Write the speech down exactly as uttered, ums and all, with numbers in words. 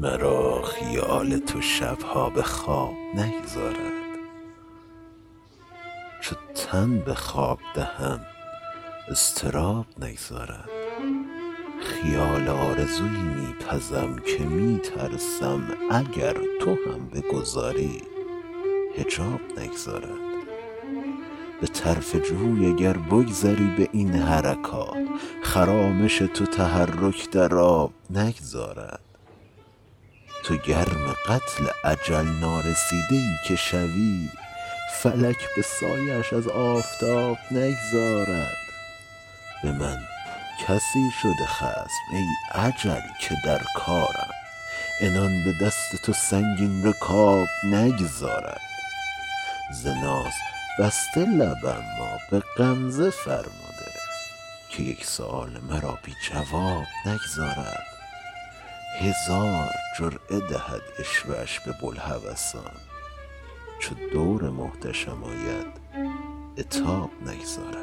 مرا خیال تو شبها به خواب نگذارد. چو تن به خواب دهم اضطراب نگذارد. خیال آرزویی می پزم که می ترسم اگر تو هم بگذاری حجاب نگذارد. به طرف جوی اگر بگذری به این حرکات خرامش تو تحرک در آب نگذارد. تو گرم قتل اجل نارسیده ای که شوی فلک به سایش از آفتاب نگذارد. به من کسی شده خصم ای اجل که در کارم عنان به دست تو سنگین رکاب نگذارد. ز ناز بسته لبم اما به غمزه فرموده که یک سؤال مرا بی جواب نگذارد. هزار جرعه دهد عشوه‌اش به بوالهوسان چو دور محتشم آید عتاب نگذارد.